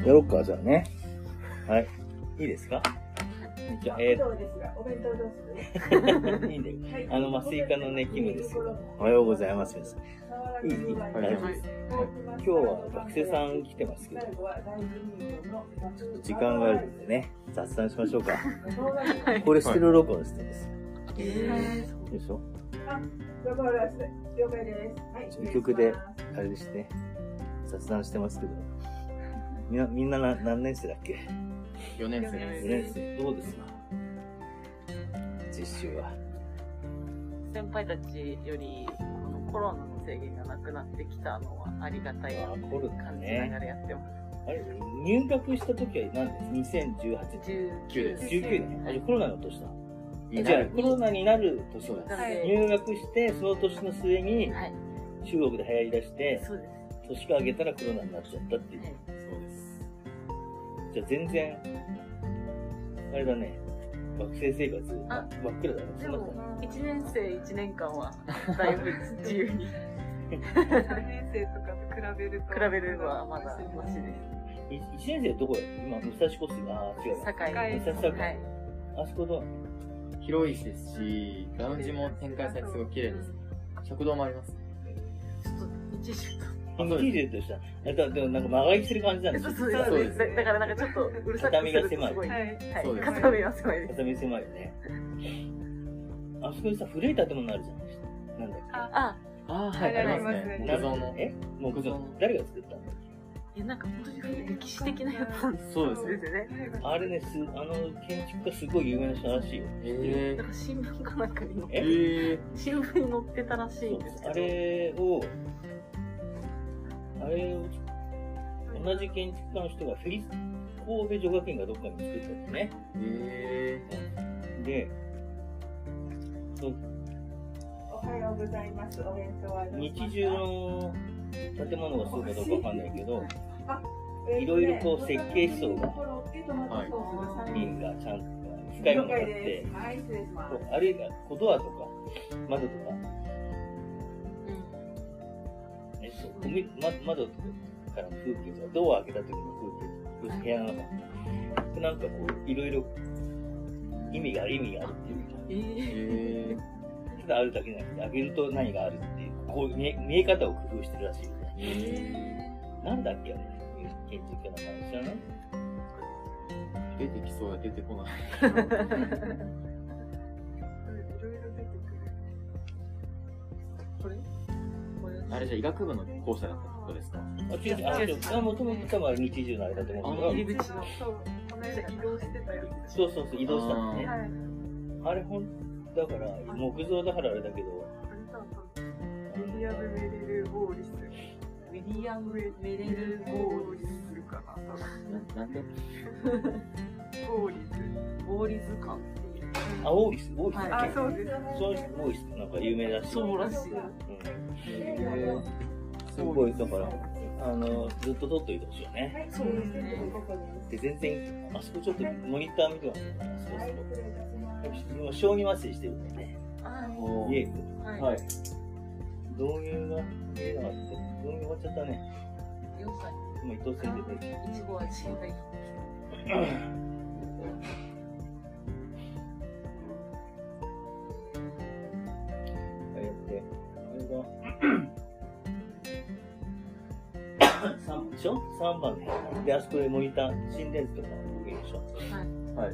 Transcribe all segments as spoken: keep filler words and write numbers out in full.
やろうか、じゃあね。はい。いいですか？じゃあ、えー、 そうですが、お弁当どうする？ いいんだよ。あの、麻酔科のね、キムですよ。おはようございます。いい、いい、大丈夫です。今日は学生さん来てますけど、ちょっと時間があるんでね、雑談しましょうか。これステレオ録音してるんです。えー、でしょ？ あ、了解です。はい。 曲で、あれですね、雑談してますけど、みんな、みんな何年生だっけ？ よねん生です。 よねん生、どうですか？実習は。 先輩たちより、このコロナの制限がなくなってきたのはありがたい感じながらやってます。 あれ、入学した時は何です？にせんじゅうはちねん。 じゅうきゅうです。 じゅうきゅうねん。あれ、コロナの年だ。じゃあ、コロナになる年だ。入学して、その年の末に、中国で流行り出して、年が明けたらコロナになっちゃったっていう。 そうです。 じゃあ、全然、あれだね。学生生活、真っ暗だね。 でも、いちねん生いちねんかんは、だいぶ自由に。 さんねん生とかと比べると。 比べるのはまだマシです。 いちねん生どこや？今、武蔵小杉、ああ、違う。 堺。 武蔵堺。あそこどうなの？ 広いですし、ラウンジも展開されてすごい綺麗です。食堂もありますね。 ちょっと、一時間。 にじゅうとしたら、でもなんか間借りしてる感じなんですよ。 そうです。だからなんかちょっとうるさく畳が狭い。 はい。 そうです。 畳が狭いです。 畳狭いよね。あそこにさ、古い建物あるじゃないですか。なんだっけ。 あ、 あ、はい、ありますね。木造の。 え？木造の。誰が作ったの？ いや、なんか本当に歴史的なやつなんです。 そうですね。 あれね、す、あの、建築家すごい有名な人らしいよ。 えなんか新聞かなんかに載って、 え新聞に載ってたらしいんですけど。 あれを、あれを、同じ建築家の人がフェリス、神戸女学院がどっかに作ったんですね。 えで、 おはようございます。お弁当は日中の建物がそうかどうかわかんないけど、いろいろこう設計思想が、リンがちゃんと深いものがあって、あるいは小ドアとか窓とか、えっと、ま、窓からの風景とか、ドアを開けた時の風景、部屋の中、なんかこう、いろいろ意味がある、意味があるっていうか、ただあるだけじゃなくて、開けると何があるっていう、こう見え、見え方を工夫してるらしいよね。なんだっけあれ、建築家の話知らない？ 出てきそうが出てこない。 いろいろ出てくる。 これ？ あれじゃ医学部の校舎だったことですか？ あ、違う違う。あ、もともと多分日中のあれだと思うけど。 入り口の。 そう、この間移動してたやつ。 そうそうそう、移動したのね。 はい。 あれほん、だから、木造だからあれだけど。 ウィリアム・メレル・ボーリス。 ウィリアム・メレル・ボーリスかな。 なんで？ ボーリス。 ボーリス館っていう。 あ、オーリス、オーリス。 あ、そうです。 そう、オーリスなんか有名だし。 そうらしい。 すごい、だから、あの、ずっと撮っといてほしいよね。 そうですね。 で、全然、あそこちょっとモニター見てますね。そうそう。今、小児麻酔してるんだよね。イエイク。はい。導入が見えなかった。導入終わっちゃったね。 よんさい。 今、伊藤先生で。 いちご味。はい。 あれやって、あれが、さんばんでしょ ?さん 番で。で、あそこでモニター、心電図とか動けるでしょ。はい。はい。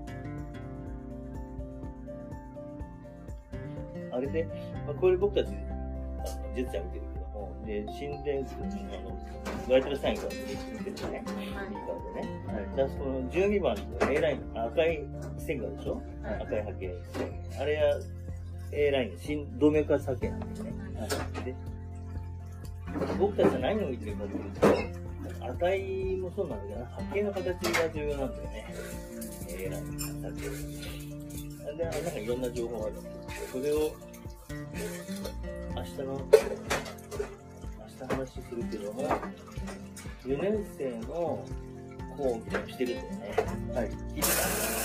あれで、まあ、これ僕たち、実際見てるけども、で、心電図、あの、バイタルサインから見てるね。いい感じでね。はい。だからそのじゅうにばんの A ライン、赤い線があるでしょ、はい、赤い波形線。あれは A ラインの心動脈圧波形なんですね。はい。で、僕たちは何を見てるかというと、値もそうなんだけど、波形の形が重要なんだよね。A ラインの波形。で、なんかいろんな情報があるんですけど、それを、明日の、明日話するけども、よねん生の講義でもしてるんだよね。はい。聞いてた？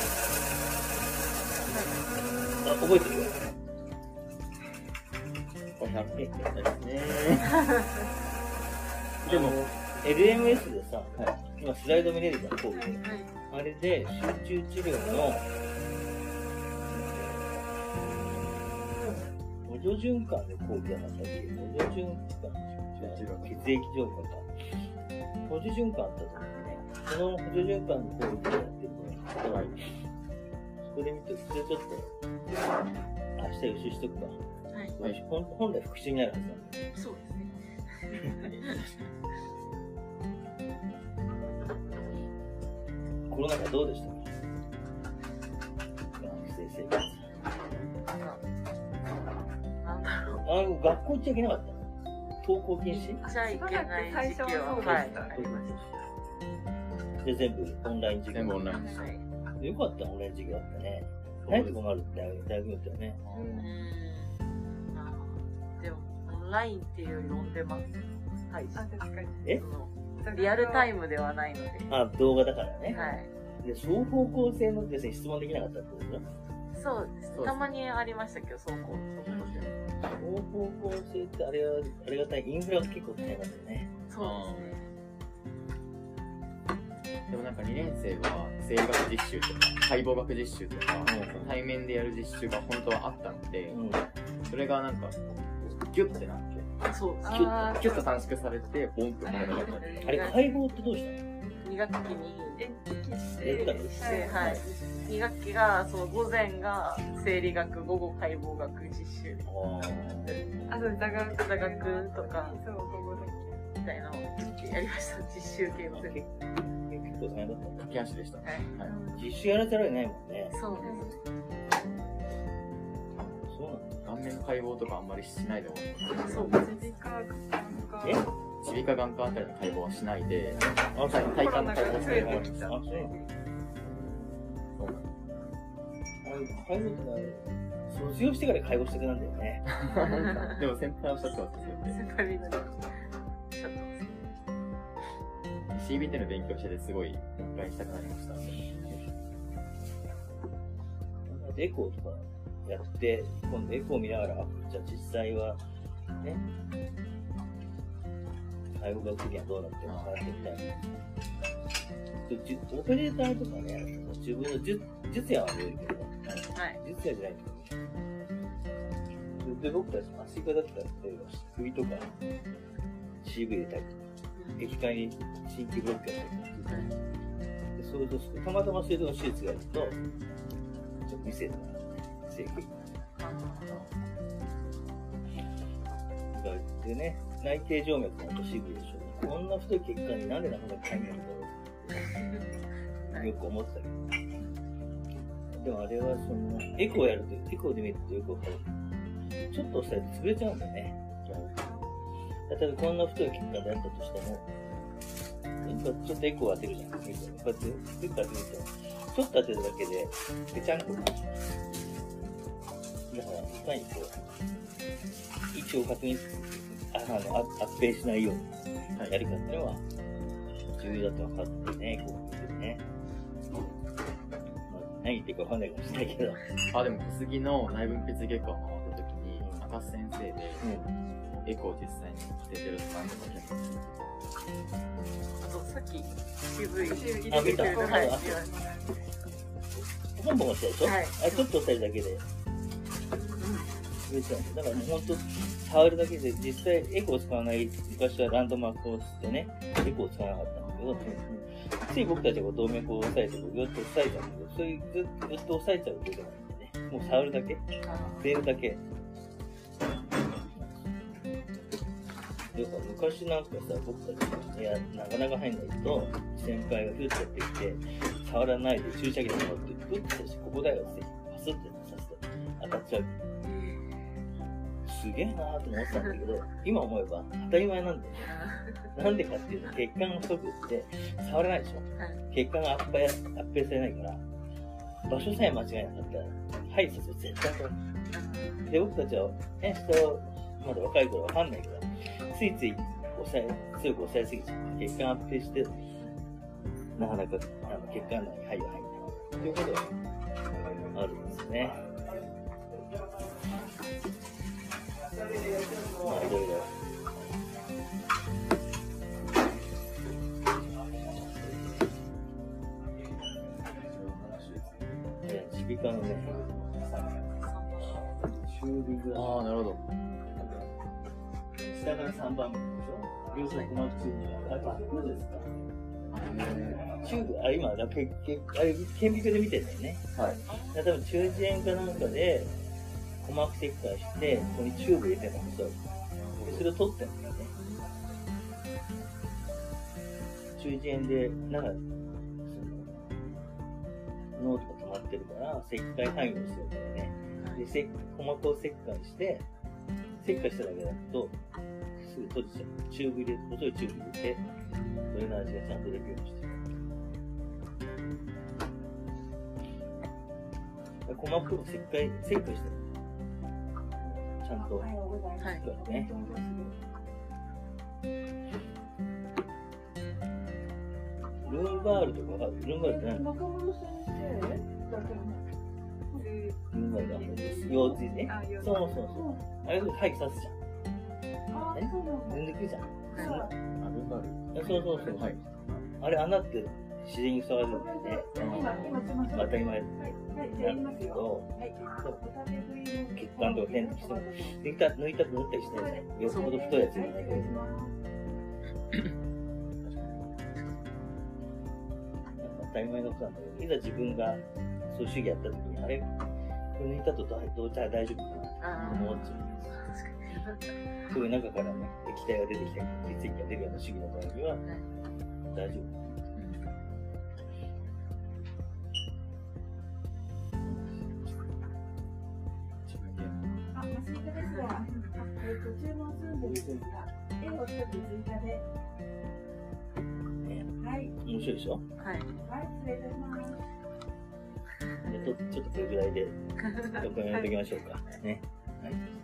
あ、覚えてるよ。ごひゃくえんですね。でも、 エルエムエス でさ、 はい、 今スライド見れるじゃん、講義で。 はい。 あれで集中治療の補助循環で講義じゃなかったっけ？補助循環、血液状態か。補助循環あったと思うね。その補助循環の講義でやってるの。はい。そこで見て、それちょっと、明日予習しとくか。 はい。 はい、本本来復習になるはずなんだよ。 そうですね。 コロナ禍どうでしたか？学生生活。 なんだろう。 あの、学校行っちゃいけなかったの？登校禁止？ 行っちゃいけない時期は、はい、ありました。 で、全部オンライン授業。 全部オンライン。 はい。 よかった、オンライン授業あったね。ないと困るって大学によってはね。 うん。でも、オンラインっていうよりオンデマンド。はい。 あ、確かに。 え？ リアルタイムではないので。 あ、動画だからね。 はい。 で、双方向性のですね、質問できなかったってことだ。 そうですね。たまにありましたけど、双方向性。 双方向性ってあれは、ありがたい。インフラが結構大変だったよね。 そうですね。 でもなんかにねん生は生理学実習とか解剖学実習とか、うん、対面でやる実習が本当はあったので、うん、それがなんかギュッてなって、 そうキュッギュッと短縮されてボンって戻らなかった。 あれ解剖ってどうしたの？ に学期に延期して、 はい。に学期が、そう、午前が生理学、午後解剖学実習。 あと座学。 座学とか、 そう、午後だけ。みたいなのをやりました。実習系の。 結構大変だった。 駆け足でした。はい。 実習やらざるを得ないもんね。 そうです。 そうなんだ。 顔面の解剖とかあんまりしないでほしい。 そうですね。 え？ 耳鼻科眼科あたりの解剖はしないで、 あ、 体幹の解剖をする。 あ、そう。介護ってのは、卒業してから介護したくなんだよね。 でも先輩はおっしゃってますよね。 先輩みんなでおっしゃってます。 シービーティー の勉強しててすごい、もう一回したくなりました。 エコーとかやって、今度エコー見ながら、じゃあ実際は、ね、介護学的にはどうなってるのかってみたいな。オペレーターとかね、自分の術術野は見えるけど、はい、術野じゃないんだよね。で、僕たち足利だったら、例えば首とか シーブイ 入れたりとか、液体に新規ブロックやったりとか、でそういうと、たまたまそういうとこの手術があると、ちょっと見せるな、正規。でね、内定静脈のシーブイでしょ。こんな太い血管になんでなかなか入んないんだろうってよく思ってたけど。でもあれはその、エコーやると、エコーで見るとよくわかる。ちょっと押さえて潰れちゃうんだよね。例えばこんな太い血管であったとしても、ちょっとエコー当てるじゃん。こうやって、クッと当てると、ちょっと当てるだけで、ぺちゃんこ。だから、いかにこう、位置を確認する。あの、圧迫しないようにやるかっていうのは重要だと分かってね、こう見てね。まあ、何言ってるか分かんないかもしれないけど。 あ、でも小杉の内分泌外科を回った時に、赤須先生で、うん、エコー実際に出てるとかって書きます。 あと、さっき シーブイあ、見た。はい。ポンポン押したでしょ？はい。あ、ちょっと押さえるだけで。だからもう本当、触るだけで、実際エコーを使わない、昔はランドマークをしてね、エコーを使わなかったんだけど、つい僕たちが動脈を押さえて、ぐっと押さえちゃうんだけど、そういうずっと押さえちゃうといけないんでね、もう触るだけ、触れるだけ。昔なんかさ、僕たち、いや、なかなか入んないと、先輩がフッとやってきて、触らないで注射器でもらって、フッとして、ここだよって、パスってさせて、当たっちゃう。すげえなーと思ってたんだけど、今思えば当たり前なんだよね。なんでかっていうと、血管が太くって、触れないでしょ。血管が圧迫、圧迫されないから、場所さえ間違えなかったら、はい、そうそう、絶対そう。で、僕たちは、ね、人、まだ若い頃わかんないけど、ついつい押さえ、強く押さえすぎちゃう。血管圧迫して、なかなか、あの血管内に入る入んない。ということがあるんですね。まあ、いろいろ。 他のね、チュービング。 ああ、なるほど。 下からさんばんめでしょ。両方鼓膜チューブが。やっぱそうですか。チューブ、あ、今、だけけあれ顕微鏡で見てるんだよね。 はい。 多分中耳炎かなんかで鼓膜切開して、ここにチューブ入れてるんですよ。でそれを取ってるんだよね。中耳炎で、なんか、その、脳とか止まってるから、切開範囲をするんだよね。で、鼓膜を切開して、切開しただけだと、すぐ閉じちゃう。チューブ入れ、細いチューブ入れて、それの味がちゃんとできるようにしてる。鼓膜を切開、切開してる。ちゃんと。はい。ね。ルーンバールとかは、ルーンバールって何？ 中村先生だけの。 ルーンバールだ。腰椎ね。そうそうそう。あれ、廃棄させちゃう。ね。産んでくるじゃん。あ、ルーンバール。そうそうそう。はい。あれ、穴って自然に触るんでね。当たり前なんだけど、血管とか変としても、抜いた、抜いたと縫ったりしてね、よっぽど太いやつじゃないけど。当たり前のことなんだけど、いざ自分がそういう主義やった時に、あれ、これ抜いたとどう大丈夫かなと思っちゃうんですよ。そういう中からね、液体が出てきたり、血液が出るような主義の場合には、大丈夫。 注文するんですが、絵を一つ追加で。はい。 面白いでしょ？ はい。 はい、失礼いたします。 ちょっとこれぐらいで、録音やっておきましょうか。ね。はい。